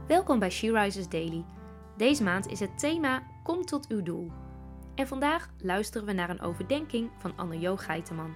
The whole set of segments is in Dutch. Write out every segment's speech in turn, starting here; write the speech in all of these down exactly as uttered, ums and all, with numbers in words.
Welkom bij She Rises Daily. Deze maand is het thema Kom tot uw doel. En vandaag luisteren we naar een overdenking van Anne-Jo Geiteman.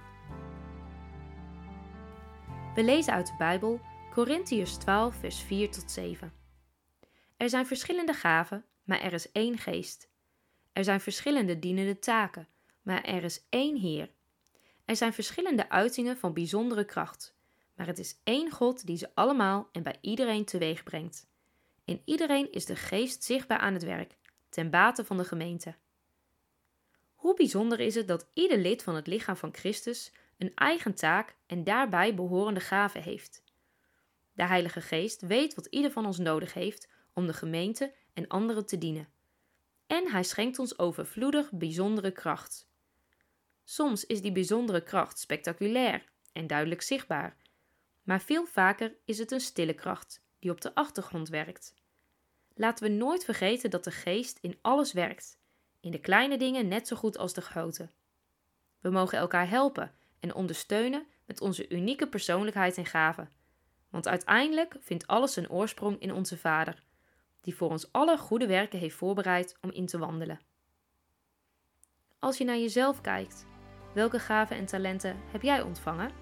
We lezen uit de Bijbel Korintiërs twaalf vers vier tot zeven. Er zijn verschillende gaven, maar er is één geest. Er zijn verschillende dienende taken, maar er is één Heer. Er zijn verschillende uitingen van bijzondere kracht, maar het is één God die ze allemaal en bij iedereen teweeg brengt. In iedereen is de geest zichtbaar aan het werk, ten bate van de gemeente. Hoe bijzonder is het dat ieder lid van het lichaam van Christus een eigen taak en daarbij behorende gaven heeft. De Heilige Geest weet wat ieder van ons nodig heeft om de gemeente en anderen te dienen. En hij schenkt ons overvloedig bijzondere kracht. Soms is die bijzondere kracht spectaculair en duidelijk zichtbaar, maar veel vaker is het een stille kracht die op de achtergrond werkt. Laten we nooit vergeten dat de Geest in alles werkt, in de kleine dingen net zo goed als de grote. We mogen elkaar helpen en ondersteunen met onze unieke persoonlijkheid en gaven, want uiteindelijk vindt alles zijn oorsprong in onze Vader, die voor ons alle goede werken heeft voorbereid om in te wandelen. Als je naar jezelf kijkt, welke gaven en talenten heb jij ontvangen?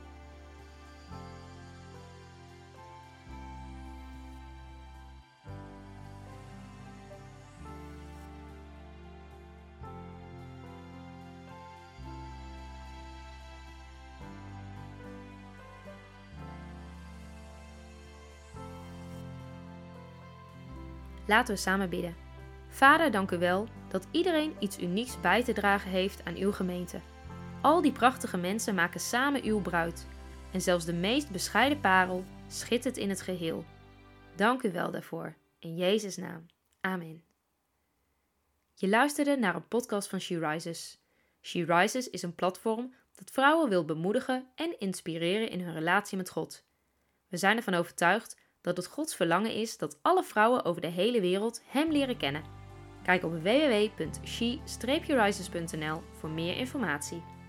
Laten we samen bidden. Vader, dank u wel dat iedereen iets unieks bij te dragen heeft aan uw gemeente. Al die prachtige mensen maken samen uw bruid. En zelfs de meest bescheiden parel schittert in het geheel. Dank u wel daarvoor. In Jezus' naam. Amen. Je luisterde naar een podcast van She Rises. She Rises is een platform dat vrouwen wil bemoedigen en inspireren in hun relatie met God. We zijn ervan overtuigd dat het Gods verlangen is dat alle vrouwen over de hele wereld Hem leren kennen. Kijk op w w w punt she rises punt n l voor meer informatie.